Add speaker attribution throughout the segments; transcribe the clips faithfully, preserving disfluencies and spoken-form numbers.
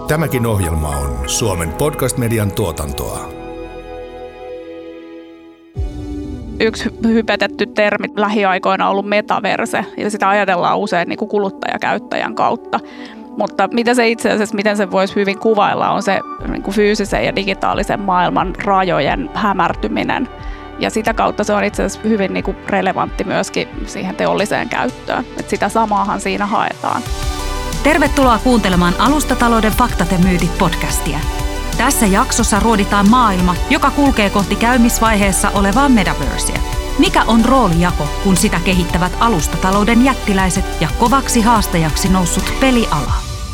Speaker 1: Tämäkin ohjelma on Suomen podcast-median tuotantoa.
Speaker 2: Yksi hypetetty termi lähiaikoina on ollut metaverse, ja sitä ajatellaan usein niin kuin kuluttajakäyttäjän kautta. Mutta mitä se itse asiassa, miten se voisi hyvin kuvailla, on se niin kuin fyysisen ja digitaalisen maailman rajojen hämärtyminen. Ja sitä kautta se on itse asiassa hyvin niin kuin relevantti myöskin siihen teolliseen käyttöön. Et sitä samaahan siinä haetaan.
Speaker 3: Tervetuloa kuuntelemaan Alustatalouden faktat ja myytit -podcastia. Tässä jaksossa ruoditaan maailma, joka kulkee kohti käymisvaiheessa olevaa metaversea. Mikä on roolijako, kun sitä kehittävät alustatalouden jättiläiset ja kovaksi haastajaksi noussut peliala?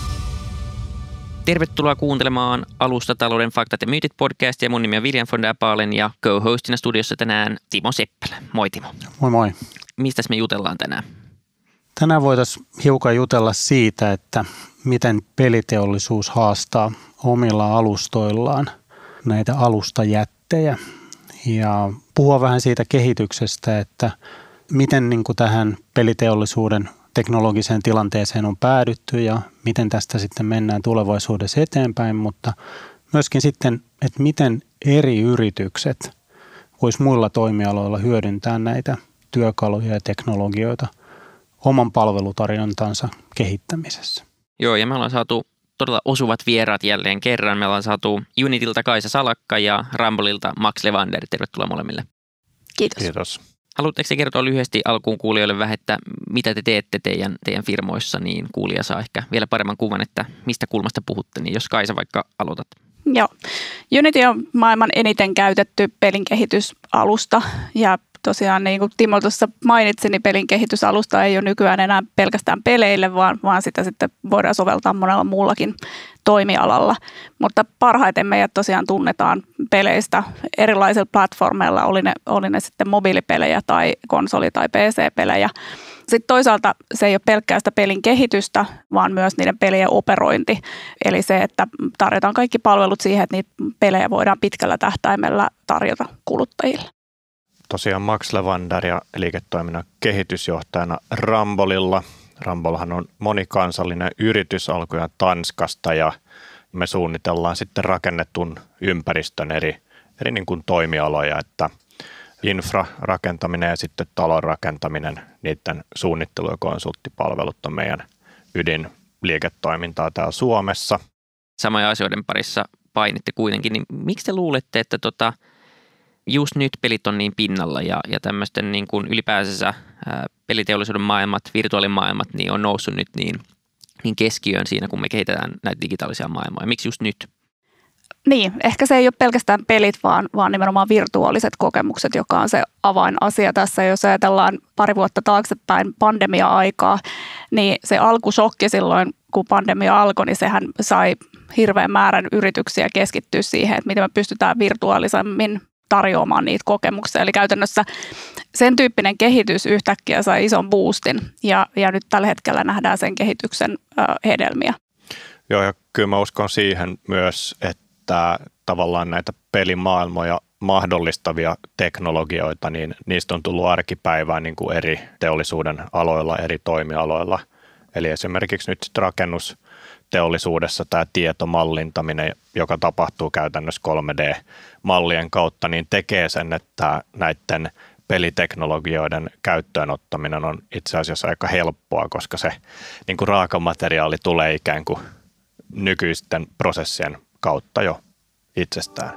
Speaker 4: Tervetuloa kuuntelemaan Alustatalouden faktat ja myytit -podcastia. Mun nimi on William von der Baalen ja co-hostina studiossa tänään Timo Seppälä. Moi Timo.
Speaker 5: Moi moi.
Speaker 4: Mistäs me jutellaan tänään?
Speaker 5: Tänään voitaisiin hiukan jutella siitä, että miten peliteollisuus haastaa omilla alustoillaan näitä alustajättejä ja puhua vähän siitä kehityksestä, että miten niin kuin tähän peliteollisuuden teknologiseen tilanteeseen on päädytty ja miten tästä sitten mennään tulevaisuudessa eteenpäin, mutta myöskin sitten, että miten eri yritykset vois muilla toimialoilla hyödyntää näitä työkaluja ja teknologioita oman palvelutarjontansa kehittämisessä.
Speaker 4: Joo, ja me ollaan saatu todella osuvat vieraat jälleen kerran. Me ollaan saatu Unitilta Kaisa Salakka ja Rumbleilta Max Levander. Tervetuloa molemmille.
Speaker 2: Kiitos.
Speaker 5: Kiitos.
Speaker 4: Haluatteko te kertoa lyhyesti alkuun kuulijoille vähän, että mitä te teette teidän, teidän firmoissa, niin kuulija saa ehkä vielä paremman kuvan, että mistä kulmasta puhutte, niin jos Kaisa vaikka aloitat.
Speaker 2: Joo. Unity on maailman eniten käytetty pelin kehitysalusta ja tosiaan niin kuin Timo tuossa mainitsi, niin pelin kehitysalusta ei ole nykyään enää pelkästään peleille, vaan, vaan sitä sitten voidaan soveltaa monella muullakin toimialalla. Mutta parhaiten meidät tosiaan tunnetaan peleistä erilaisilla platformeilla, oli ne, oli ne sitten mobiilipelejä tai konsoli- tai P C-pelejä. Sitten toisaalta se ei ole pelkkää sitä pelin kehitystä, vaan myös niiden pelien operointi. Eli se, että tarjotaan kaikki palvelut siihen, että niitä pelejä voidaan pitkällä tähtäimellä tarjota kuluttajille.
Speaker 6: Tosiaan Max Levander ja liiketoiminnan kehitysjohtajana Rumbleilla. Rumblehan on monikansallinen yritys alkujaan Tanskasta ja me suunnitellaan sitten rakennetun ympäristön eri, eri niin kuin toimialoja, että infrarakentaminen ja sitten talon rakentaminen, niiden suunnittelu- ja konsulttipalvelut on meidän ydinliiketoimintaa täällä Suomessa.
Speaker 4: Samoja asioiden parissa painitte kuitenkin, niin miksi te luulette, että tota just nyt pelit on niin pinnalla ja, ja tämmöisten niin kuin ylipäänsä ää, peliteollisuuden maailmat, virtuaalimaailmat niin on noussut nyt niin, niin keskiöön siinä, kun me kehitetään näitä digitaalisia maailmoja. Miksi just nyt?
Speaker 2: Niin, ehkä se ei ole pelkästään pelit, vaan, vaan nimenomaan virtuaaliset kokemukset, joka on se avainasia tässä. Jos ajatellaan pari vuotta taaksepäin pandemia-aikaa, niin se alkusokki silloin, kun pandemia alkoi, niin sehän sai hirveän määrän yrityksiä keskittyä siihen, että miten me pystytään virtuaalisemmin tarjoamaan niitä kokemuksia. Eli käytännössä sen tyyppinen kehitys yhtäkkiä sai ison boostin ja, ja nyt tällä hetkellä nähdään sen kehityksen ö, hedelmiä.
Speaker 6: Joo, ja kyllä mä uskon siihen myös, että tavallaan näitä pelimaailmoja mahdollistavia teknologioita, niin niistä on tullut arkipäivään niin kuin eri teollisuuden aloilla, eri toimialoilla. Eli esimerkiksi nyt rakennusteollisuudessa tämä tietomallintaminen, joka tapahtuu käytännössä kolme D-mallien kautta, niin tekee sen, että näiden peliteknologioiden käyttöönottaminen on itse asiassa aika helppoa, koska se niin kuin raakamateriaali tulee ikään kuin nykyisten prosessien kautta jo itsestään.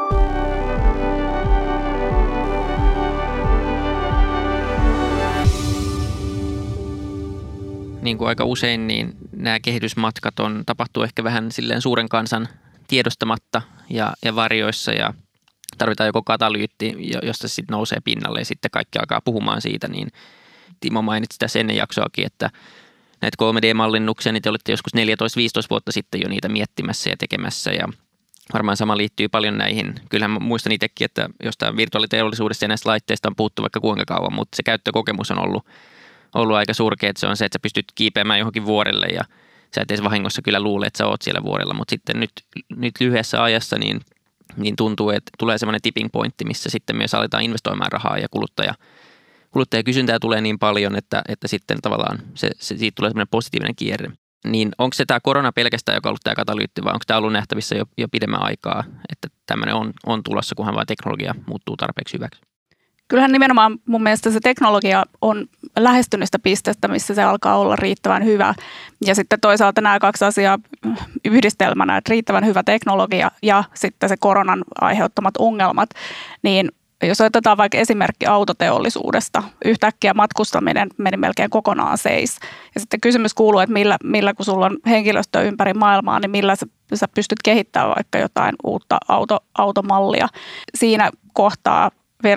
Speaker 4: Niin kuin aika usein, niin nämä kehitysmatkat on, tapahtuu ehkä vähän silleen suuren kansan tiedostamatta ja, ja varjoissa ja tarvitaan joko katalyytti, josta sitten nousee pinnalle ja sitten kaikki alkaa puhumaan siitä, niin Timo mainitsi tässä ennen jaksoakin, että näitä kolme D-mallinnuksia, niin te olitte joskus neljätoista viisitoista vuotta sitten jo niitä miettimässä ja tekemässä ja varmaan sama liittyy paljon näihin. Kyllähän mä muistan itsekin, että jostain virtuaaliteollisuudesta ja näistä laitteista on puhuttu vaikka kuinka kauan, mutta se käyttökokemus on ollut ollut aika surkea, että se on se, että sä pystyt kiipeämään johonkin vuorelle ja sä et edes vahingossa kyllä luule, että sä oot siellä vuorella, mutta sitten nyt, nyt lyhyessä ajassa niin, niin tuntuu, että tulee semmoinen tipping pointti, missä sitten myös aletaan investoimaan rahaa ja kuluttaja, kuluttajakysyntää tulee niin paljon, että, että sitten tavallaan se, se, siitä tulee semmoinen positiivinen kierre. niin onko se tämä korona pelkästään, joka on ollut tämä katalyytti, vai onko tämä ollut nähtävissä jo, jo pidemmän aikaa, että tämmöinen on, on tulossa, kunhan vain teknologia muuttuu tarpeeksi hyväksi?
Speaker 2: Kyllähän nimenomaan mun mielestä se teknologia on lähestynyt sitä pistettä, missä se alkaa olla riittävän hyvä. Ja sitten toisaalta nämä kaksi asiaa yhdistelmänä, että riittävän hyvä teknologia ja sitten se koronan aiheuttamat ongelmat, niin jos otetaan vaikka esimerkki autoteollisuudesta, yhtäkkiä matkustaminen meni melkein kokonaan seis. Ja sitten kysymys kuuluu, että millä, millä kun sulla on henkilöstöä ympäri maailmaa, niin millä sä, sä pystyt kehittämään vaikka jotain uutta auto, automallia. Siinä kohtaa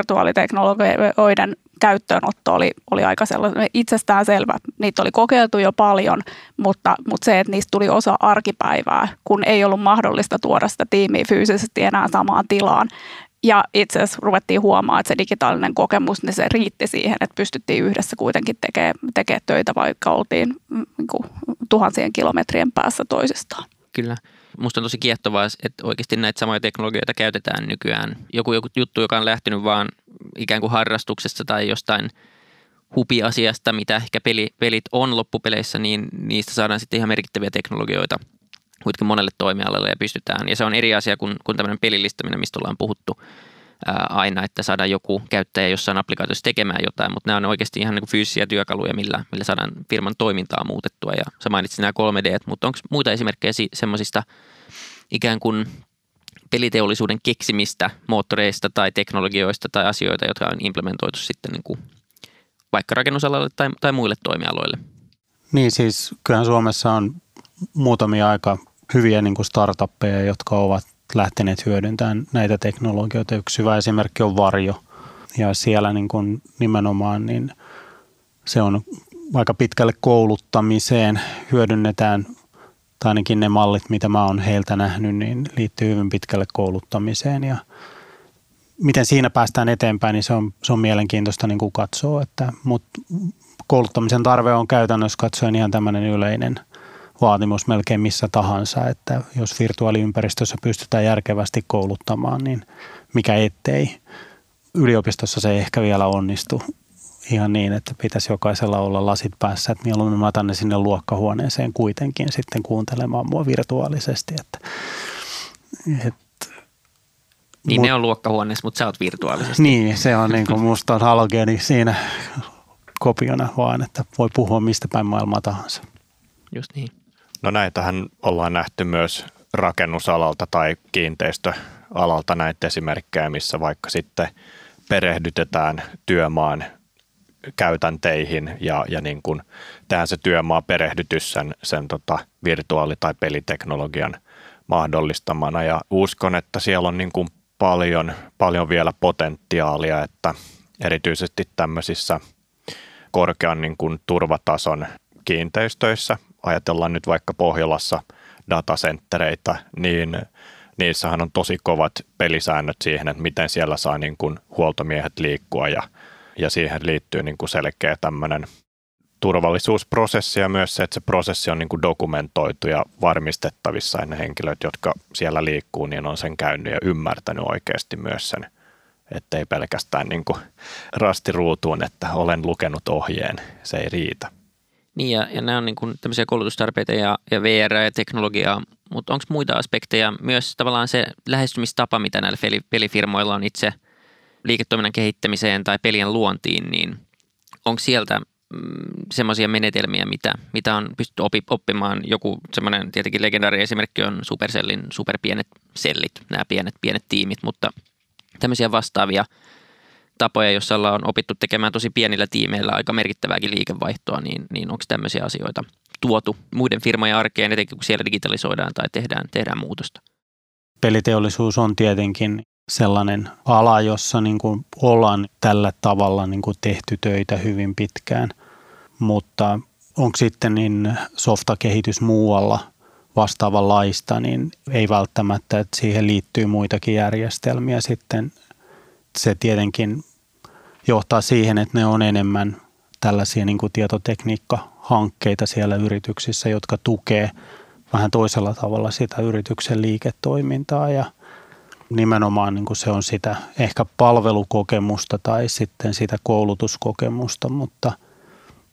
Speaker 2: virtuaaliteknologioiden käyttöönotto oli, oli aika sellainen itsestään selvä. Niitä oli kokeiltu jo paljon, mutta, mutta se, että niistä tuli osa arkipäivää, kun ei ollut mahdollista tuoda sitä tiimiä fyysisesti enää samaan tilaan. Ja itse asiassa ruvettiin huomaamaan, että se digitaalinen kokemus, niin se riitti siihen, että pystyttiin yhdessä kuitenkin tekemään, tekemään töitä, vaikka oltiin niin kuin tuhansien kilometrien päässä toisistaan.
Speaker 4: Kyllä. Musta on tosi kiehtovaa, että oikeasti näitä samoja teknologioita käytetään nykyään. Joku, joku juttu, joka on lähtenyt vaan ikään kuin harrastuksesta tai jostain hupi-asiasta, mitä ehkä peli, pelit on loppupeleissä, niin niistä saadaan sitten ihan merkittäviä teknologioita kuitenkin monelle toimialalle ja pystytään. Ja se on eri asia kuin, kuin tämmöinen pelillistäminen, mistä ollaan puhuttu ää, aina, että saadaan joku käyttäjä jossain applikaatiossa tekemään jotain, mutta nämä on oikeasti ihan niin kuin fyysisiä työkaluja, millä, millä saadaan firman toimintaa muutettua. Ja sä mainitsit nämä kolme D, mutta onko muita esimerkkejä semmoisista ikään kuin peliteollisuuden keksimistä moottoreista tai teknologioista tai asioita, jotka on implementoitu sitten niin kuin vaikka rakennusalalle tai, tai muille toimialoille?
Speaker 5: Niin siis kyllähän Suomessa on muutamia aika hyviä niin kuin startuppeja, jotka ovat lähteneet hyödyntämään näitä teknologioita. Yksi hyvä esimerkki on Varjo. Ja siellä niin kuin nimenomaan niin se on aika pitkälle kouluttamiseen hyödynnetään, tai ainakin ne mallit, mitä mä oon heiltä nähnyt, niin liittyy hyvin pitkälle kouluttamiseen. Ja miten siinä päästään eteenpäin, niin se on, se on mielenkiintoista niin kuin katsoa. Että, mutta kouluttamisen tarve on käytännössä katsoen ihan tämmöinen yleinen vaatimus melkein missä tahansa, että jos virtuaaliympäristössä pystytään järkevästi kouluttamaan, niin mikä ettei. Yliopistossa se ei ehkä vielä onnistu ihan niin, että pitäisi jokaisella olla lasit päässä, että mieluummin mä otan ne sinne luokkahuoneeseen kuitenkin sitten kuuntelemaan mua virtuaalisesti. Että, et,
Speaker 4: niin
Speaker 5: mut,
Speaker 4: ne on luokkahuoneessa, mutta sä oot virtuaalisesti.
Speaker 5: Niin, se on niin kuin musta on halogeeni siinä kopiona vaan, että voi puhua mistä päin maailmaa tahansa.
Speaker 4: Just niin.
Speaker 6: No näitähän ollaan nähty myös rakennusalalta tai kiinteistöalalta näitä esimerkkejä, missä vaikka sitten perehdytetään työmaan käytänteihin ja, ja niin kuin tehdään se työmaa perehdytys sen, sen tota virtuaali- tai peliteknologian mahdollistamana. Ja uskon, että siellä on niin kuin paljon, paljon vielä potentiaalia, että erityisesti tämmöisissä korkean niin kuin turvatason kiinteistöissä, ajatellaan nyt vaikka Pohjolassa datacenttereitä, niin niissähän on tosi kovat pelisäännöt siihen, että miten siellä saa niin kuin huoltomiehet liikkua ja, ja siihen liittyy niin kuin selkeä tämmöinen turvallisuusprosessi ja myös se, että se prosessi on niin kuin dokumentoitu ja varmistettavissa, ja ne henkilöt, jotka siellä liikkuu, niin on sen käynyt ja ymmärtänyt oikeasti myös sen, ettei pelkästään niin kuin rastiruutuun, että olen lukenut ohjeen, se ei riitä.
Speaker 4: Niin ja, ja nämä on niin kuin tämmöisiä koulutustarpeita ja, ja V R ja teknologiaa, mutta onko muita aspekteja, myös tavallaan se lähestymistapa, mitä näillä pelifirmoilla on itse liiketoiminnan kehittämiseen tai pelien luontiin, niin onko sieltä mm, semmoisia menetelmiä, mitä, mitä on pystytty opi, oppimaan? Joku semmoinen tietenkin legendaarinen esimerkki on Supercellin superpienet sellit, nämä pienet, pienet tiimit, mutta tämmöisiä vastaavia tapoja, joissa ollaan opittu tekemään tosi pienillä tiimeillä aika merkittävääkin liikevaihtoa, niin, niin onko tämmöisiä asioita tuotu muiden firmojen arkeen, etenkin kun siellä digitalisoidaan tai tehdään, tehdään muutosta?
Speaker 5: Peliteollisuus on tietenkin sellainen ala, jossa niin kuin ollaan tällä tavalla niin kuin tehty töitä hyvin pitkään, mutta onko sitten niin softakehitys muualla vastaavanlaista, niin ei välttämättä, että siihen liittyy muitakin järjestelmiä sitten. Se tietenkin johtaa siihen, että ne on enemmän tällaisia niin kuin tietotekniikkahankkeita siellä yrityksissä, jotka tukee vähän toisella tavalla sitä yrityksen liiketoimintaa ja nimenomaan niin kuin se on sitä ehkä palvelukokemusta tai sitten sitä koulutuskokemusta, mutta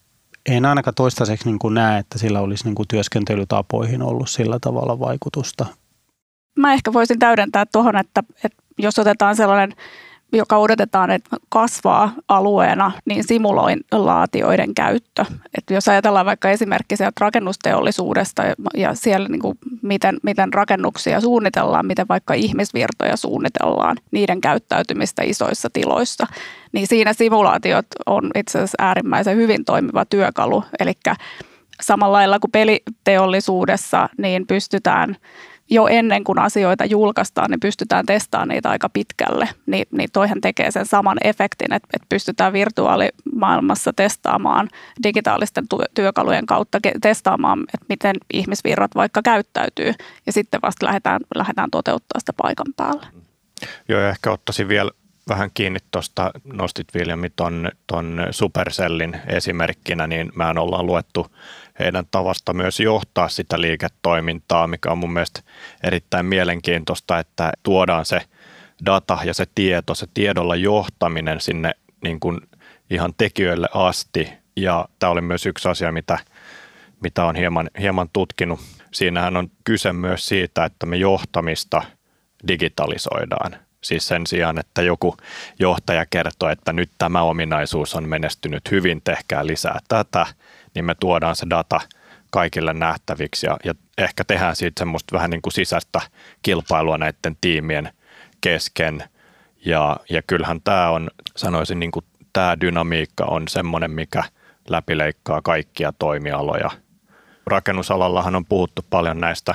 Speaker 5: en ainakaan toistaiseksi niin kuin näe, että sillä olisi niin kuin työskentelytapoihin ollut sillä tavalla vaikutusta.
Speaker 2: Mä ehkä voisin täydentää tuohon, että, että jos otetaan sellainen, joka odotetaan, että kasvaa alueena, niin simulaatioiden käyttö. Että jos ajatellaan vaikka esimerkki sieltä rakennusteollisuudesta ja siellä niin kuin miten, miten rakennuksia suunnitellaan, miten vaikka ihmisvirtoja suunnitellaan, niiden käyttäytymistä isoissa tiloissa, niin siinä simulaatiot on itse asiassa äärimmäisen hyvin toimiva työkalu. Eli samalla lailla kuin peliteollisuudessa, niin pystytään jo ennen kuin asioita julkaistaan, niin pystytään testaamaan niitä aika pitkälle. Ni, niin toihan tekee sen saman efektin, että, että pystytään virtuaalimaailmassa testaamaan digitaalisten työkalujen kautta, testaamaan, että miten ihmisvirrat vaikka käyttäytyy, ja sitten vasta lähdetään, lähdetään toteuttaa sitä paikan päällä.
Speaker 6: Joo, ja ehkä ottaisin vielä vähän kiinni tuosta, nostit Viljami ton, ton Supercellin esimerkkinä, niin mehän ollaan luettu heidän tavasta myös johtaa sitä liiketoimintaa, mikä on mun mielestä erittäin mielenkiintoista, että tuodaan se data ja se tieto, se tiedolla johtaminen sinne niin kuin ihan tekijöille asti. Ja tämä oli myös yksi asia, mitä, mitä on hieman, hieman tutkinut. Siinähän on kyse myös siitä, että me johtamista digitalisoidaan. Siis sen sijaan, että joku johtaja kertoo, että nyt tämä ominaisuus on menestynyt hyvin, tehkää lisää tätä, niin me tuodaan se data kaikille nähtäviksi ja, ja ehkä tehdään siitä semmoista vähän niin kuin sisäistä kilpailua näiden tiimien kesken. Ja, ja kyllähän tämä on, sanoisin, niin kuin tämä dynamiikka on semmoinen, mikä läpileikkaa kaikkia toimialoja. Rakennusalallahan on puhuttu paljon näistä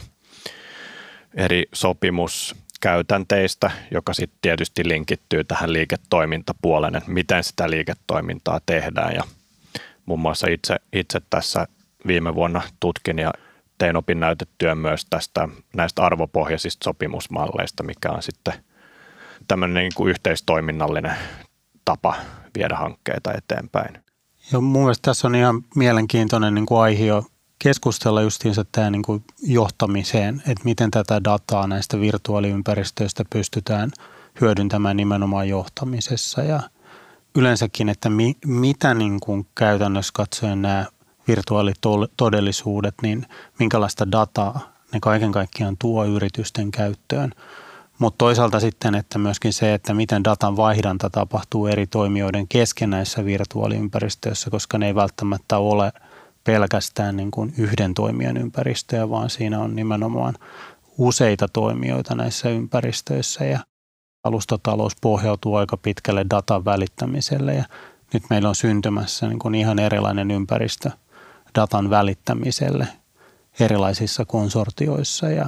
Speaker 6: eri sopimuskäytänteistä, joka sitten tietysti linkittyy tähän liiketoimintapuoleen, että miten sitä liiketoimintaa tehdään. Ja muun muassa itse, itse tässä viime vuonna tutkin ja tein opinnäytetyön myös tästä näistä arvopohjaisista sopimusmalleista, mikä on sitten tämmöinen niin kuin yhteistoiminnallinen tapa viedä hankkeita eteenpäin.
Speaker 5: Ja mun mielestä tässä on ihan mielenkiintoinen niin kuin aihe jo keskustella justiinsa tämä niin kuin johtamiseen, että miten tätä dataa näistä virtuaaliympäristöistä pystytään hyödyntämään nimenomaan johtamisessa ja yleensäkin, että mi, mitä niin kuin käytännössä katsoen nämä virtuaalitodellisuudet, niin minkälaista dataa ne kaiken kaikkiaan tuo yritysten käyttöön. Mutta toisaalta sitten, että myöskin se, että miten datan vaihdanta tapahtuu eri toimijoiden kesken näissä virtuaaliympäristöissä, koska ne ei välttämättä ole pelkästään niin kuin yhden toimijan ympäristöjä, vaan siinä on nimenomaan useita toimijoita näissä ympäristöissä ja alustatalous pohjautuu aika pitkälle datan välittämiselle ja nyt meillä on syntymässä niin kuin ihan erilainen ympäristö datan välittämiselle erilaisissa konsortioissa ja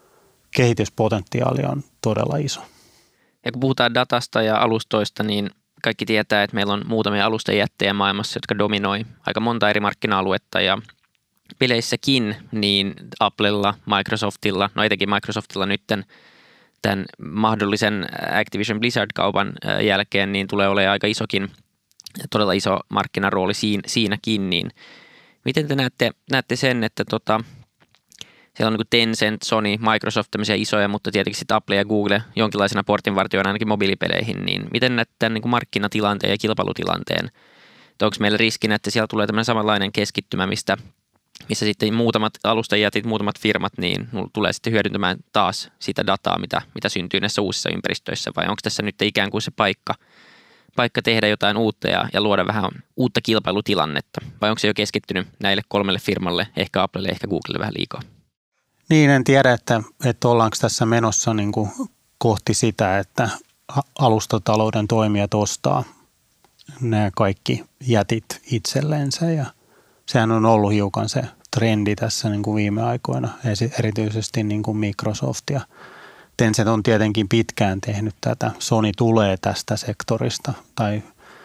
Speaker 5: kehityspotentiaali on todella iso.
Speaker 4: Ja kun puhutaan datasta ja alustoista, niin kaikki tietää, että meillä on muutamia alustajättejä maailmassa, jotka dominoi aika monta eri markkina-aluetta ja peleissäkin niin Applella, Microsoftilla, no etenkin Microsoftilla nytten tämän mahdollisen Activision Blizzard-kaupan jälkeen, niin tulee olemaan aika isokin, todella iso markkinarooli siinäkin. Niin miten te näette, näette sen, että tota, siellä on niin kuin Tencent, Sony, Microsoft tämmöisiä isoja, mutta tietenkin sitten Apple ja Google jonkinlaisena portinvartijoina ainakin mobiilipeleihin, niin miten näette tämän niin kuin markkinatilanteen ja kilpailutilanteen? Onko meillä riskinä, että siellä tulee tämmöinen samanlainen keskittymä, mistä missä sitten muutamat alustajätit, muutamat firmat, niin tulee sitten hyödyntämään taas sitä dataa, mitä, mitä syntyy näissä uusissa ympäristöissä, vai onko tässä nyt ikään kuin se paikka, paikka tehdä jotain uutta ja, ja luoda vähän uutta kilpailutilannetta, vai onko se jo keskittynyt näille kolmelle firmalle, ehkä Applelle, ehkä Googlelle vähän liikaa?
Speaker 5: Niin, en tiedä, että, että ollaanko tässä menossa niin kuin kohti sitä, että alustatalouden toimijat ostaa nämä kaikki jätit itsellensä ja sehän on ollut hiukan se trendi tässä niin kuin viime aikoina, erityisesti niin kuin Microsoft ja Tencent on tietenkin pitkään tehnyt tätä. Sony tulee tästä sektorista tai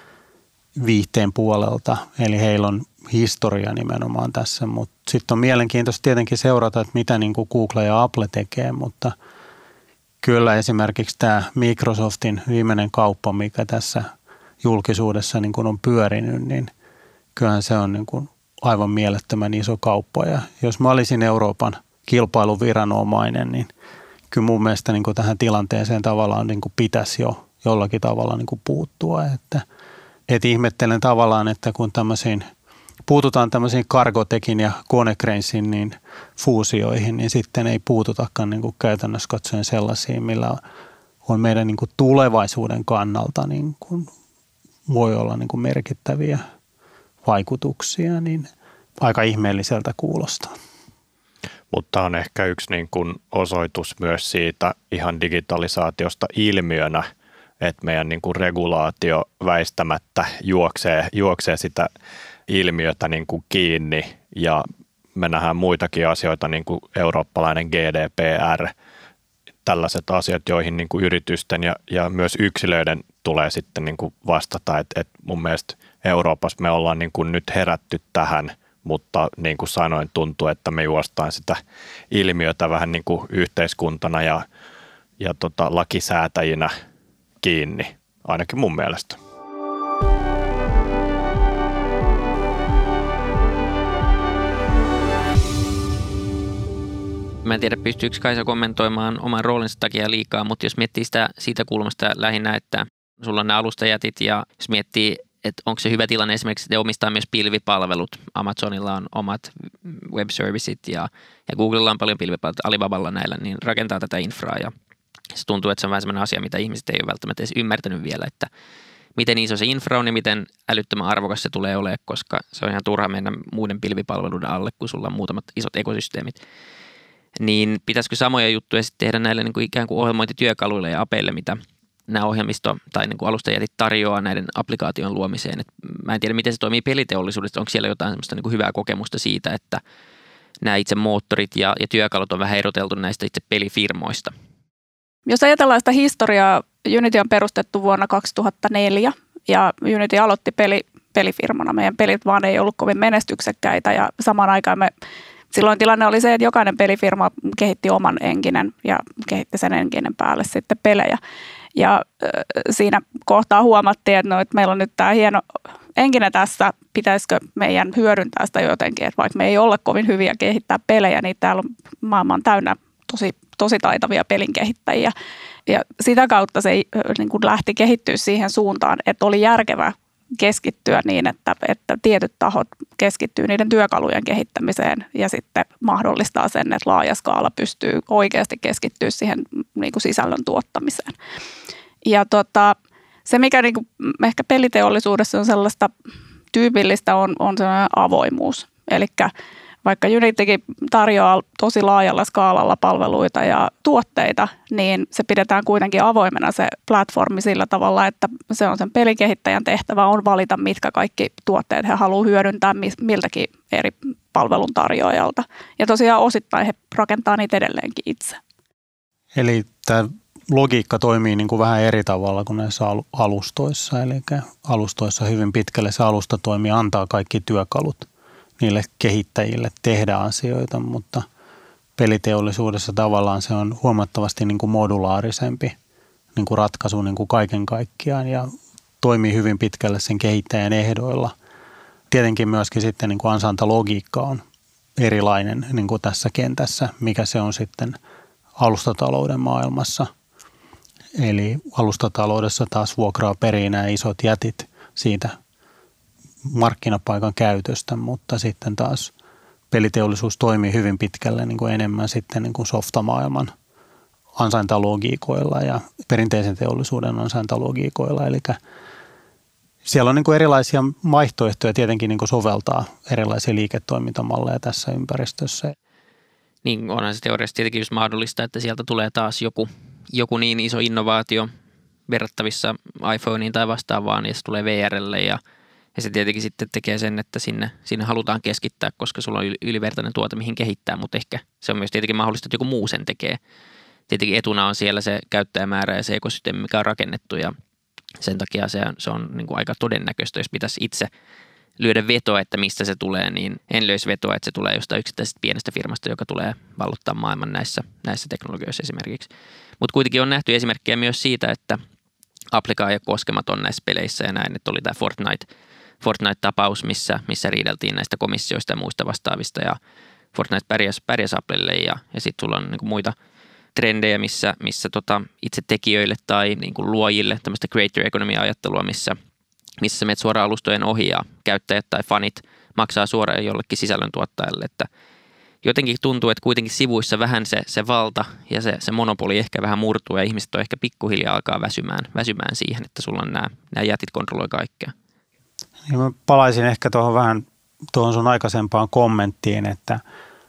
Speaker 5: viihteen puolelta, eli heillä on historia nimenomaan tässä, mutta sitten on mielenkiintoista tietenkin seurata, että mitä niin kuin Google ja Apple tekee, mutta kyllä esimerkiksi tämä Microsoftin viimeinen kauppa, mikä tässä julkisuudessa niin kuin on pyörinyt, niin kyllähän se on niin kuin aivan mielettömän iso kauppa ja jos mä olisin Euroopan kilpailuviranomainen, niin kyllä mun mielestä niin kuin tähän tilanteeseen tavallaan niin kuin pitäisi jo jollakin tavalla niin kuin puuttua, että et ihmettelen tavallaan, että kun tämmöisiin puututaan tämmöisiin Cargotecin ja Konecranesin niin fuusioihin, niin sitten ei puututakaan niin kuin käytännössä katsoen sellaisiin, millä on meidän niin kuin tulevaisuuden kannalta niin kuin voi olla niin kuin merkittäviä vaikutuksia, niin aika ihmeelliseltä kuulostaa.
Speaker 6: Mutta on ehkä yksi niin kuin osoitus myös siitä ihan digitalisaatiosta ilmiönä, että meidän niin kuin regulaatio väistämättä juoksee, juoksee sitä ilmiötä niin kuin kiinni ja me nähdään muitakin asioita, niin kuin eurooppalainen G D P R, tällaiset asiat, joihin niin kuin yritysten ja, ja myös yksilöiden tulee sitten niin kuin vastata. Et, et mun mielestä Euroopassa me ollaan niin kuin nyt herätty tähän, mutta niin kuin sanoin, tuntuu, että me juostaan sitä ilmiötä vähän niin kuin yhteiskuntana ja, ja tota, lakisäätäjinä kiinni, ainakin mun mielestä.
Speaker 4: Mä en tiedä, pystyykö Kaisa kommentoimaan oman roolinsa takia liikaa, mutta jos miettii sitä siitä kulmasta lähinnä, että sulla on nämä alustajätit ja jos miettii, että onko se hyvä tilanne esimerkiksi, että omistaa myös pilvipalvelut. Amazonilla on omat web serviceit ja, ja Googlella on paljon pilvipalveluita, Alibaballa näillä, niin rakentaa tätä infraa ja se tuntuu, että se on vähän sellainen asia, mitä ihmiset ei ole välttämättä edes ymmärtänyt vielä, että miten iso se infra on ja miten älyttömän arvokas se tulee olemaan, koska se on ihan turha mennä muiden pilvipalveluiden alle, kun sulla on muutamat isot ekosysteemit. Niin pitäisikö samoja juttuja sitten tehdä näille niin kuin ikään kuin ohjelmointityökaluille ja apeille, mitä nämä ohjelmisto- tai niin kuin alustajätit tarjoaa näiden applikaation luomiseen. Et mä en tiedä, miten se toimii peliteollisuudessa. Onko siellä jotain semmoista niin kuin hyvää kokemusta siitä, että nämä itse moottorit ja, ja työkalut on vähän eroteltu näistä itse pelifirmoista?
Speaker 2: Jos ajatellaan sitä historiaa, Unity on perustettu vuonna kaksituhattaneljä ja Unity aloitti peli, pelifirmana. Meidän pelit vaan ei ollut kovin menestyksekkäitä ja samaan aikaan me silloin tilanne oli se, että jokainen pelifirma kehitti oman enkinen ja kehitti sen enkinen päälle sitten pelejä. Ja äh, siinä kohtaa huomattiin, että, no, että meillä on nyt tämä hieno enkinen tässä, pitäisikö meidän hyödyntää sitä jotenkin, että vaikka me ei ole kovin hyviä kehittää pelejä, niin täällä on maailman täynnä tosi, tosi taitavia pelinkehittäjiä. Ja sitä kautta se niin kuin lähti kehittyä siihen suuntaan, että oli järkevää keskittyä niin, että, että tietyt tahot keskittyy niiden työkalujen kehittämiseen ja sitten mahdollistaa sen, että laaja skaala pystyy oikeasti keskittyä siihen niin kuin sisällön tuottamiseen. Ja tota, se, mikä niin kuin ehkä peliteollisuudessa on sellaista tyypillistä, on, on sellainen avoimuus. Eli vaikka Unitykin tarjoaa tosi laajalla skaalalla palveluita ja tuotteita, niin se pidetään kuitenkin avoimena se platformi sillä tavalla, että se on sen pelikehittäjän tehtävä on valita, mitkä kaikki tuotteet he haluaa hyödyntää miltäkin eri palveluntarjoajalta. Ja tosiaan osittain he rakentaa niitä edelleenkin itse.
Speaker 5: Eli tämä logiikka toimii niin kuin vähän eri tavalla kuin näissä alustoissa. Eli alustoissa hyvin pitkälle se alusta toimii, antaa kaikki työkalut niille kehittäjille tehdä asioita, mutta peliteollisuudessa tavallaan se on huomattavasti niin kuin modulaarisempi niin kuin ratkaisu niin kuin kaiken kaikkiaan ja toimii hyvin pitkälle sen kehittäjän ehdoilla. Tietenkin myöskin sitten niin kuin ansaintalogiikka on erilainen niin kuin tässä kentässä, mikä se on sitten alustatalouden maailmassa. Eli alustataloudessa taas vuokraa perii nämä isot jätit siitä markkinapaikan käytöstä, mutta sitten taas peliteollisuus toimii hyvin pitkälle niin kuin enemmän sitten niin kuin softamaailman ansaintalogiikoilla ja perinteisen teollisuuden ansaintalogiikoilla. Eli siellä on niin kuin erilaisia vaihtoehtoja tietenkin niin kuin soveltaa erilaisia liiketoimintamalleja tässä ympäristössä.
Speaker 4: Niin onhan se teoriassa tietenkin just mahdollista, että sieltä tulee taas joku, joku niin iso innovaatio verrattavissa iPhoneen tai vastaavaan, ja se tulee V R:lle ja Ja se tietenkin sitten tekee sen, että sinne, sinne halutaan keskittää, koska sulla on ylivertainen tuote, mihin kehittää, mutta ehkä se on myös tietenkin mahdollista, että joku muu sen tekee. Tietenkin etuna on siellä se käyttäjämäärä ja se ekosysteemi, mikä on rakennettu ja sen takia se on, se on niin kuin aika todennäköistä, jos pitäisi itse lyödä vetoa, että mistä se tulee, niin en löisi vetoa, että se tulee jostain yksittäisestä pienestä firmasta, joka tulee vallottaa maailman näissä, näissä teknologioissa esimerkiksi. Mutta kuitenkin on nähty esimerkkejä myös siitä, että Applica ei ole koskematon näissä peleissä ja näin, että oli tämä Fortnite Fortnite-tapaus, missä, missä riideltiin näistä komissioista ja muista vastaavista ja Fortnite pärjäsi, pärjäsi Applelle ja, ja sitten sulla on niin kuin muita trendejä, missä, missä tota, itse tekijöille tai niin kuin luojille tämmöistä creator economy-ajattelua, missä, missä sä menet suoraan alustojen ohi ja käyttäjät tai fanit maksaa suoraan jollekin sisällöntuottajalle, että jotenkin tuntuu, että kuitenkin sivuissa vähän se, se valta ja se, se monopoli ehkä vähän murtuu ja ihmiset on ehkä pikkuhiljaa alkaa väsymään, väsymään siihen, että sulla on nämä, nämä jätit kontrolloi kaikkea.
Speaker 5: Ja mä palaisin ehkä tuohon vähän tuohon sun aikaisempaan kommenttiin, että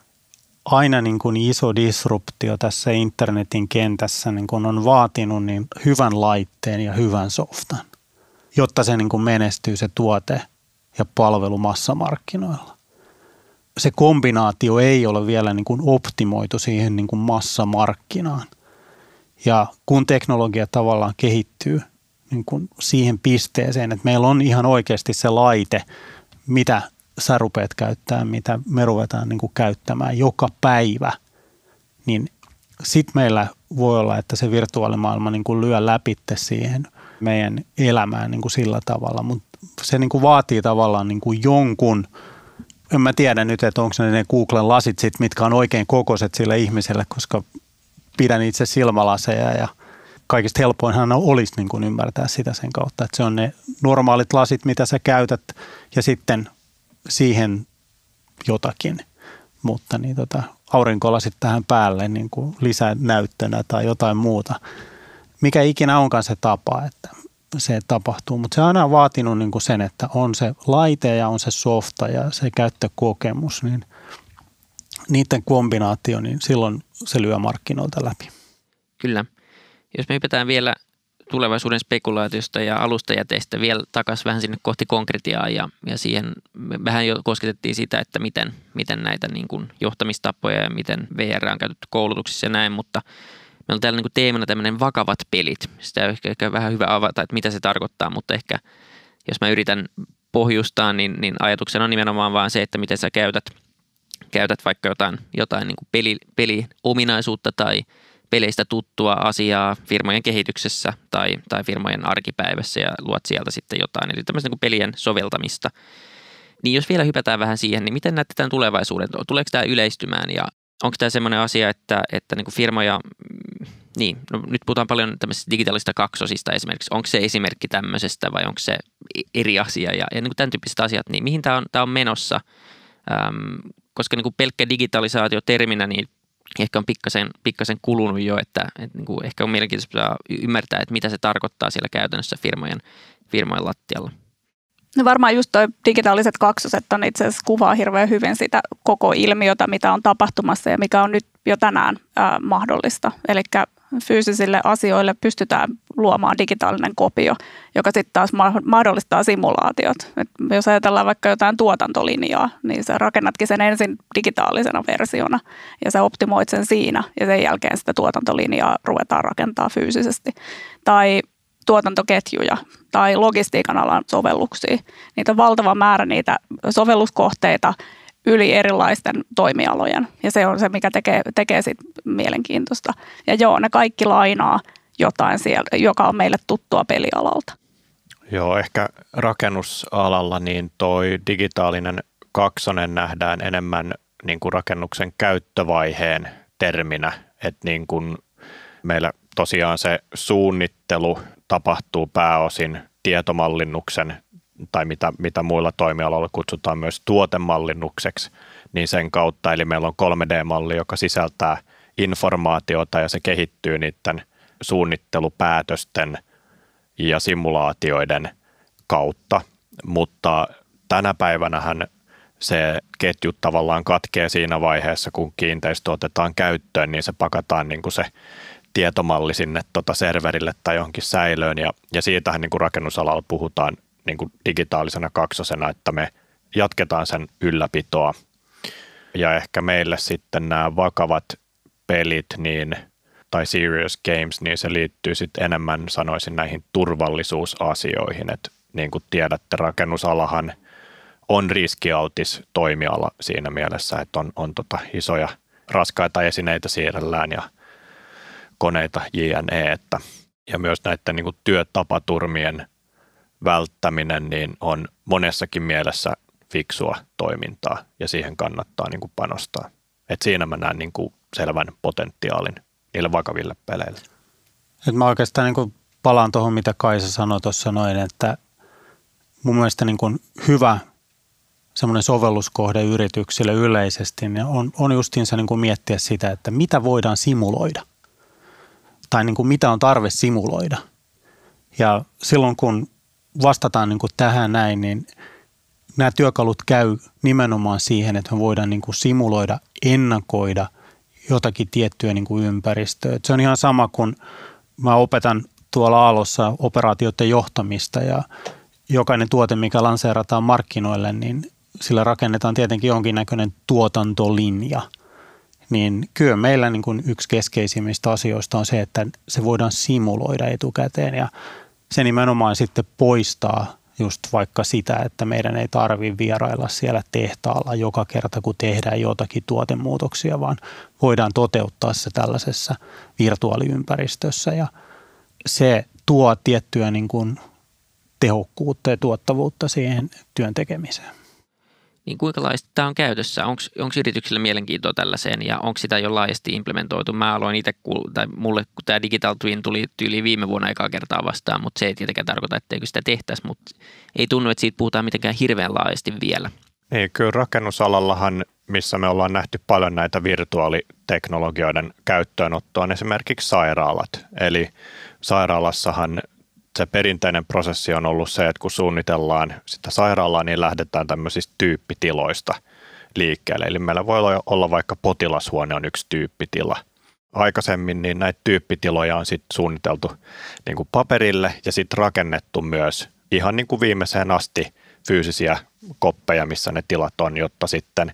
Speaker 5: aina niin kuin iso disruptio tässä internetin kentässä niin kuin on vaatinut niin hyvän laitteen ja hyvän softan, jotta se niin kuin menestyy se tuote ja palvelu massamarkkinoilla. Se kombinaatio ei ole vielä niin kuin optimoitu siihen niin kuin massamarkkinaan. Ja kun teknologia tavallaan kehittyy niin kuin siihen pisteeseen, että meillä on ihan oikeasti se laite, mitä sä rupeat käyttämään, mitä me ruvetaan niin kuin käyttämään joka päivä, niin sitten meillä voi olla, että se virtuaalimaailma niin kuin lyö läpitte siihen meidän elämään niin kuin sillä tavalla, mutta se niin kuin vaatii tavallaan niin kuin jonkun, en mä tiedä nyt, että onko ne ne Googlen lasit sit, mitkä on oikein kokoiset sille ihmiselle, koska pidän itse silmälaseja ja kaikista helpoinhan olisi niin kuin ymmärtää sitä sen kautta, että se on ne normaalit lasit, mitä sä käytät ja sitten siihen jotakin, mutta niin tota, aurinkolasit tähän päälle niin kuin lisänäyttönä tai jotain muuta. Mikä ikinä onkaan se tapa, että se tapahtuu, mutta se on aina vaatinut niin kuin sen, että on se laite ja on se softa ja se käyttökokemus, niin niiden kombinaatio, niin silloin se lyö markkinoilta läpi.
Speaker 4: Kyllä. Jos me hypätään vielä tulevaisuuden spekulaatiosta ja alustajäteistä vielä takaisin vähän sinne kohti konkretiaa ja, ja siihen me vähän jo kosketettiin sitä, että miten, miten näitä niin kuin johtamistapoja ja miten V R on käytetty koulutuksissa ja näin, mutta meillä on täällä niin kuin teemana tämmöinen vakavat pelit. Sitä on ehkä, ehkä vähän hyvä avata, että mitä se tarkoittaa, mutta ehkä jos mä yritän pohjustaa, niin, niin ajatuksena on nimenomaan vaan se, että miten sä käytät, käytät vaikka jotain, jotain niin kuin peli, peliominaisuutta tai peleistä tuttua asiaa firmojen kehityksessä tai, tai firmojen arkipäivässä ja luot sieltä sitten jotain. Eli tämmöistä niin kuin pelien soveltamista. Niin jos vielä hypätään vähän siihen, niin miten näette tämän tulevaisuuden? Tuleeko tämä yleistymään ja onko tämä semmoinen asia, että, että niin kuin firmoja, niin no nyt puhutaan paljon tämmöisistä digitaalista kaksosista esimerkiksi. Onko se esimerkki tämmöisestä vai onko se eri asia ja, ja niin kuin tämän tyyppiset asiat, niin mihin tämä on, tämä on menossa? Ähm, koska niin kuin pelkkä digitalisaatio terminä, niin ehkä on pikkasen, pikkasen kulunut jo, että, että niin kuin ehkä on mielenkiintoista ymmärtää, että mitä se tarkoittaa siellä käytännössä firmojen, firmojen lattialla.
Speaker 2: No varmaan just toi digitaaliset kaksoset on itse asiassa kuvaa hirveän hyvin sitä koko ilmiötä, mitä on tapahtumassa ja mikä on nyt jo tänään ää, mahdollista. Eli fyysisille asioille pystytään luomaan digitaalinen kopio, joka sitten taas mahdollistaa simulaatiot. Et jos ajatellaan vaikka jotain tuotantolinjaa, niin sä rakennatkin sen ensin digitaalisena versiona ja sä optimoit sen siinä ja sen jälkeen sitä tuotantolinjaa ruvetaan rakentaa fyysisesti. Tai tuotantoketjuja tai logistiikan alan sovelluksia. Niitä on valtava määrä niitä sovelluskohteita yli erilaisten toimialojen ja se on se, mikä tekee, tekee sit mielenkiintoista. Ja joo, ne kaikki lainaa jotain siellä, joka on meille tuttua pelialalta.
Speaker 6: Joo, ehkä rakennusalalla niin toi digitaalinen kaksonen nähdään enemmän niin kuin rakennuksen käyttövaiheen terminä, että niin kuin meillä tosiaan se suunnittelu tapahtuu pääosin tietomallinnuksen tai mitä, mitä muilla toimialoilla kutsutaan myös tuotemallinnukseksi, niin sen kautta. Eli meillä on kolme D-malli, joka sisältää informaatiota ja se kehittyy niiden suunnittelupäätösten ja simulaatioiden kautta. Mutta tänä päivänähän se ketju tavallaan katkee siinä vaiheessa, kun kiinteistö otetaan käyttöön, niin se pakataan niin kuin se tietomalli sinne tota serverille tai johonkin säilöön ja, ja siitähän niin kuin rakennusalalla puhutaan niin kuin digitaalisena kaksosena, että me jatketaan sen ylläpitoa ja ehkä meille sitten nämä vakavat pelit niin, tai serious games, niin se liittyy sitten enemmän sanoisin näihin turvallisuusasioihin, että niin kuin tiedätte, rakennusalahan on riskialtis toimiala siinä mielessä, että on, on tota isoja raskaita esineitä siirrellään ja koneita jne. Että, ja myös näiden niin kuin työtapaturmien välttäminen niin on monessakin mielessä fiksua toimintaa ja siihen kannattaa niin kuin panostaa. Et siinä mä näen niin kuin selvän potentiaalin niille vakaville peleille.
Speaker 5: Et mä oikeastaan niin kuin palaan tuohon, mitä Kaisa sanoi tuossa noin, että mun mielestä niin kuin hyvä semmoinen sovelluskohde yrityksille yleisesti, niin on, on justiinsa niin kuin miettiä sitä, että mitä voidaan simuloida tai niin kuin mitä on tarve simuloida. Ja silloin kun vastataan niin kuin tähän näin, niin nämä työkalut käy nimenomaan siihen, että me voidaan niin kuin simuloida, ennakoida jotakin tiettyä niin kuin ympäristöä. Et se on ihan sama, kun mä opetan tuolla Aallossa operaatioiden johtamista ja jokainen tuote, mikä lanseerataan markkinoille, niin sillä rakennetaan tietenkin jonkinnäköinen tuotantolinja. Niin kyllä meillä niin kuin yksi keskeisimmistä asioista on se, että se voidaan simuloida etukäteen ja se nimenomaan sitten poistaa just vaikka sitä, että meidän ei tarvitse vierailla siellä tehtaalla joka kerta, kun tehdään jotakin tuotemuutoksia, vaan voidaan toteuttaa se tällaisessa virtuaaliympäristössä ja se tuo tiettyä niin kuin tehokkuutta ja tuottavuutta siihen työn tekemiseen.
Speaker 4: Niin kuinka laajasti tämä on käytössä? Onko yrityksillä mielenkiintoa tällaiseen ja onko sitä jo laajasti implementoitu? Mä aloin itse, tai mulle kun tämä Digital Twin tuli tyyliin viime vuonna ekaa kertaa vastaan, mutta se ei tietenkään tarkoita, etteikö sitä tehtäisi, mutta ei tunnu, että siitä puhutaan mitenkään hirveän laajasti vielä.
Speaker 6: Niin, kyllä rakennusalallahan, missä me ollaan nähty paljon näitä virtuaaliteknologioiden käyttöönottoa, on esimerkiksi sairaalat. Eli sairaalassahan se perinteinen prosessi on ollut se, että kun suunnitellaan sitä sairaalaa, niin lähdetään tämmöisistä tyyppitiloista liikkeelle. Eli meillä voi olla vaikka potilashuone on yksi tyyppitila. Aikaisemmin niin näitä tyyppitiloja on sitten suunniteltu niin kuin paperille ja sitten rakennettu myös ihan niin kuin viimeiseen asti fyysisiä koppeja, missä ne tilat on, jotta sitten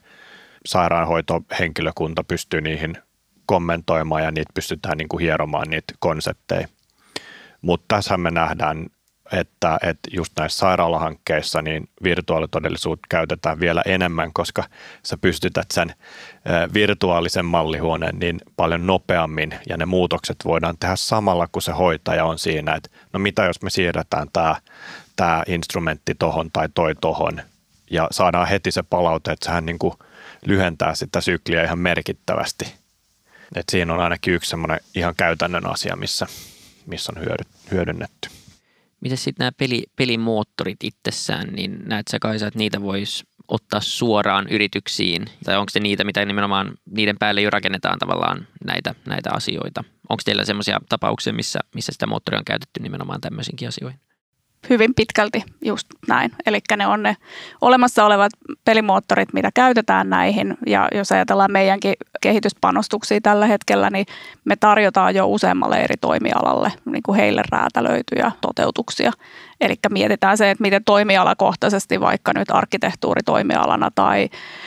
Speaker 6: sairaanhoitohenkilökunta pystyy niihin kommentoimaan ja niitä pystytään niin kuin hieromaan niitä konsepteja. Mutta tässä me nähdään, että, että just näissä sairaalahankkeissa niin virtuaalitodellisuutta käytetään vielä enemmän, koska sä pystytät sen virtuaalisen mallihuoneen niin paljon nopeammin ja ne muutokset voidaan tehdä samalla, kun se hoitaja on siinä, että no mitä jos me siirretään tämä, tämä instrumentti tohon tai toi tohon ja saadaan heti se palaute, että sehän niin kuin lyhentää sitä sykliä ihan merkittävästi. Et siinä on ainakin yksi semmoinen ihan käytännön asia, missä missä on hyödynnetty.
Speaker 4: Miten sitten nämä peli, pelimoottorit itsessään, niin näet sä Kaisa, että niitä voisi ottaa suoraan yrityksiin? Tai onko se niitä, mitä nimenomaan niiden päälle jo rakennetaan tavallaan näitä, näitä asioita? Onko teillä sellaisia tapauksia, missä, missä sitä moottoria on käytetty nimenomaan tämmöisiinkin asioihin?
Speaker 2: Hyvin pitkälti just näin. Eli ne on ne olemassa olevat pelimoottorit, mitä käytetään näihin. Ja jos ajatellaan meidänkin kehityspanostuksia tällä hetkellä, niin me tarjotaan jo useammalle eri toimialalle niin kuin heille räätälöityjä toteutuksia. Eli mietitään se, että miten toimialakohtaisesti vaikka nyt arkkitehtuuritoimialana tai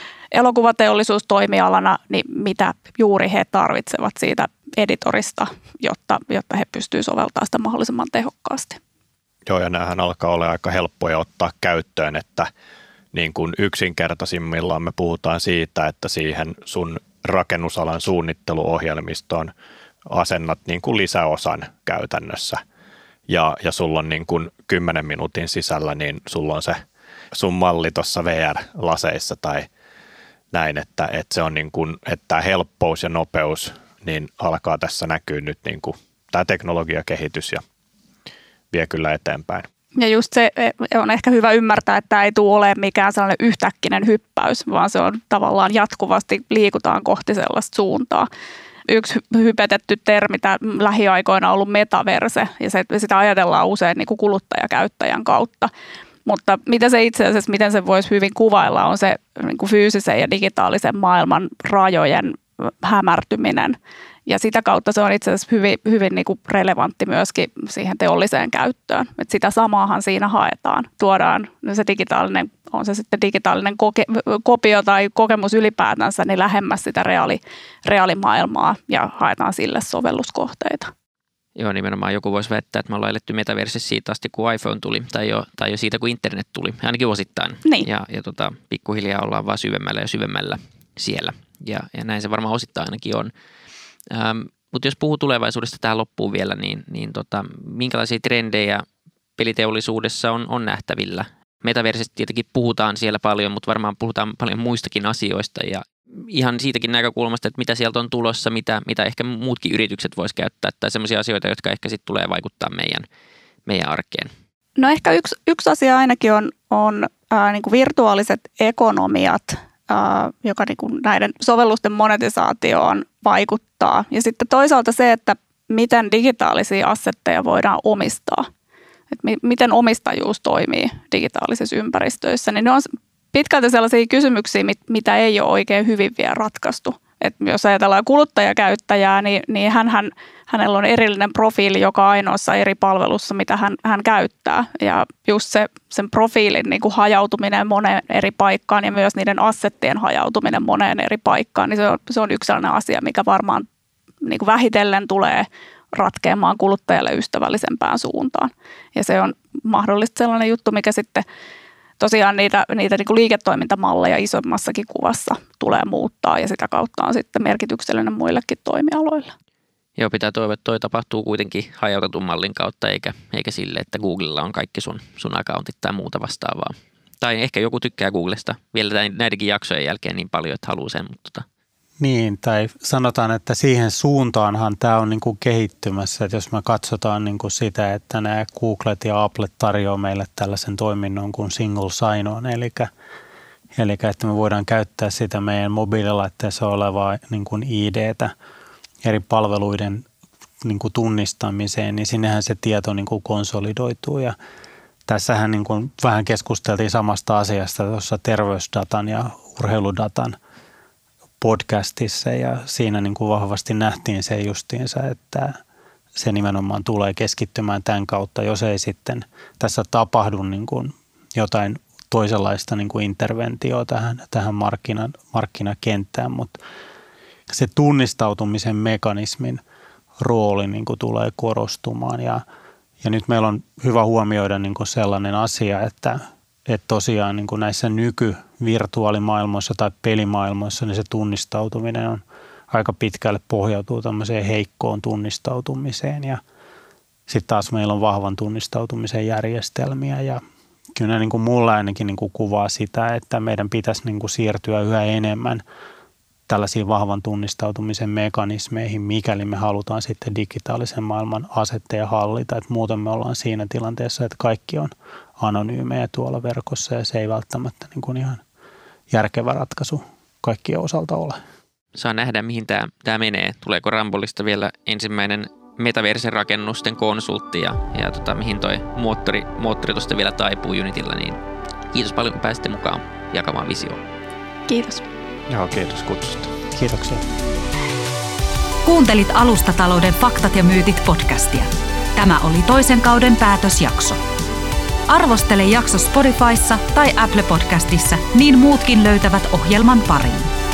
Speaker 2: elokuvateollisuustoimialana, niin mitä juuri he tarvitsevat siitä editorista, jotta, jotta he pystyvät soveltamaan sitä mahdollisimman tehokkaasti.
Speaker 6: Joo, ja näähän alkaa olla aika helppoja ottaa käyttöön, että niin kuin yksinkertaisimmillaan me puhutaan siitä, että siihen sun rakennusalan suunnitteluohjelmistoon asennat niin kuin lisäosan käytännössä. Ja, ja sulla on niin kuin kymmenen minuutin sisällä, niin sulla on se sun malli tuossa V R-laseissa tai näin, että, että se on niin kuin, että tämä helppous ja nopeus niin alkaa tässä näkyä nyt niin kuin tämä teknologiakehitys ja vie kyllä eteenpäin.
Speaker 2: Ja just se on ehkä hyvä ymmärtää, että tämä ei tule olemaan mikään sellainen yhtäkkinen hyppäys, vaan se on tavallaan jatkuvasti liikutaan kohti sellaista suuntaa. Yksi hypetetty termi tämä lähiaikoina on ollut metaverse, ja se, sitä ajatellaan usein niin kuin kuluttajakäyttäjän kautta. Mutta mitä se itse asiassa, miten se voisi hyvin kuvailla, on se niin kuin fyysisen ja digitaalisen maailman rajojen hämärtyminen. Ja sitä kautta se on itse asiassa hyvin, hyvin niin kuin relevantti myöskin siihen teolliseen käyttöön. Et sitä samaahan siinä haetaan. Tuodaan se digitaalinen, on se sitten digitaalinen koke- kopio tai kokemus ylipäätänsä, niin lähemmäs sitä reaali, reaalimaailmaa ja haetaan sille sovelluskohteita.
Speaker 4: Joo, nimenomaan joku voisi väittää, että me ollaan eletty metaversessä siitä asti, kun iPhone tuli, tai jo, tai jo siitä, kun internet tuli, ainakin osittain.
Speaker 2: Niin.
Speaker 4: Ja, ja tota, pikkuhiljaa ollaan vaan syvemmällä ja syvemmällä siellä. Ja, ja näin se varmaan osittain ainakin on. Ähm, mutta jos puhuu tulevaisuudesta tähän loppuun vielä, niin, niin tota, minkälaisia trendejä peliteollisuudessa on, on nähtävillä? Metaversesta tietenkin puhutaan siellä paljon, mutta varmaan puhutaan paljon muistakin asioista ja ihan siitäkin näkökulmasta, että mitä sieltä on tulossa, mitä, mitä ehkä muutkin yritykset vois käyttää tai sellaisia asioita, jotka ehkä sitten tulee vaikuttaa meidän, meidän arkeen.
Speaker 2: No ehkä yksi, yksi asia ainakin on, on ää, niin kuin virtuaaliset ekonomiat, ää, joka niin kuin näiden sovellusten monetisaatioon vaikuttaa. Ja sitten toisaalta se, että miten digitaalisia assetteja voidaan omistaa. Et mi- miten omistajuus toimii digitaalisissa ympäristöissä. Niin ne on pitkälti sellaisia kysymyksiä, mit- mitä ei ole oikein hyvin vielä ratkaistu. Et jos ajatellaan kuluttajakäyttäjää, niin, niin hänhän, hänellä on erillinen profiili joka ainoassa eri palvelussa, mitä hän, hän käyttää. Ja just se, sen profiilin niin kuin hajautuminen moneen eri paikkaan ja myös niiden assettien hajautuminen moneen eri paikkaan, niin se on, se on yksi sellainen asia, mikä varmaan niin kuin vähitellen tulee ratkeamaan kuluttajalle ystävällisempään suuntaan. Ja se on mahdollisesti sellainen juttu, mikä sitten tosiaan niitä, niitä niin kuin liiketoimintamalleja isommassakin kuvassa tulee muuttaa ja sitä kautta on sitten merkityksellinen muillekin toimialoille.
Speaker 4: Joo, pitää toivoa, että toi tapahtuu kuitenkin hajautetun mallin kautta eikä, eikä sille, että Googlella on kaikki sun, sun accountit tai muuta vastaavaa. Tai ehkä joku tykkää Googlesta vielä näidenkin jaksojen jälkeen niin paljon, että haluaa sen, mutta tota.
Speaker 5: Niin, tai sanotaan, että siihen suuntaanhan tämä on niin kuin kehittymässä, että jos me katsotaan niin kuin sitä, että nämä Googlet ja Applet tarjoaa meille tällaisen toiminnon kuin single sign-on, eli, eli että me voidaan käyttää sitä meidän mobiililaitteessa olevaa niin kuin I D:tä eri palveluiden niin kuin tunnistamiseen, niin sinnehän se tieto niin kuin konsolidoituu ja tässähän niin kuin vähän keskusteltiin samasta asiasta tuossa terveysdatan ja urheiludatan podcastissa ja siinä niin kuin vahvasti nähtiin se justiinsa, että se nimenomaan tulee keskittymään tämän kautta, jos ei sitten tässä tapahdu niin kuin jotain toisenlaista niin kuin interventioa tähän, tähän markkinan, markkinakenttään, mutta se tunnistautumisen mekanismin rooli niin kuin tulee korostumaan ja, ja nyt meillä on hyvä huomioida niin kuin sellainen asia, että Että tosiaan niin kuin näissä nykyvirtuaalimaailmoissa tai pelimaailmoissa niin se tunnistautuminen on aika pitkälle pohjautuu tämmöiseen heikkoon tunnistautumiseen ja sitten taas meillä on vahvan tunnistautumisen järjestelmiä ja kyllä niin kuin mulla ainakin niin kuin kuvaa sitä, että meidän pitäisi niin kuin siirtyä yhä enemmän tällaisiin vahvan tunnistautumisen mekanismeihin, mikäli me halutaan sitten digitaalisen maailman asetteja hallita. Että muuten me ollaan siinä tilanteessa, että kaikki on anonyymejä tuolla verkossa ja se ei välttämättä niin kuin ihan järkevä ratkaisu kaikkien osalta ole.
Speaker 4: Saa nähdä, mihin tämä, tämä menee. Tuleeko Rambolista vielä ensimmäinen metaverserakennusten konsultti ja, ja tota, mihin toi moottori, moottori tuosta vielä taipuu Unitilla. Niin kiitos paljon, kun pääsitte mukaan jakamaan visioon.
Speaker 2: Kiitos.
Speaker 6: Joo, kiitos kutsusta.
Speaker 5: Kiitoksia.
Speaker 3: Kuuntelit Alustatalouden faktat ja myytit podcastia. Tämä oli toisen kauden päätösjakso. Arvostele jakso Spotifyssa tai Apple Podcastissa, niin muutkin löytävät ohjelman pariin.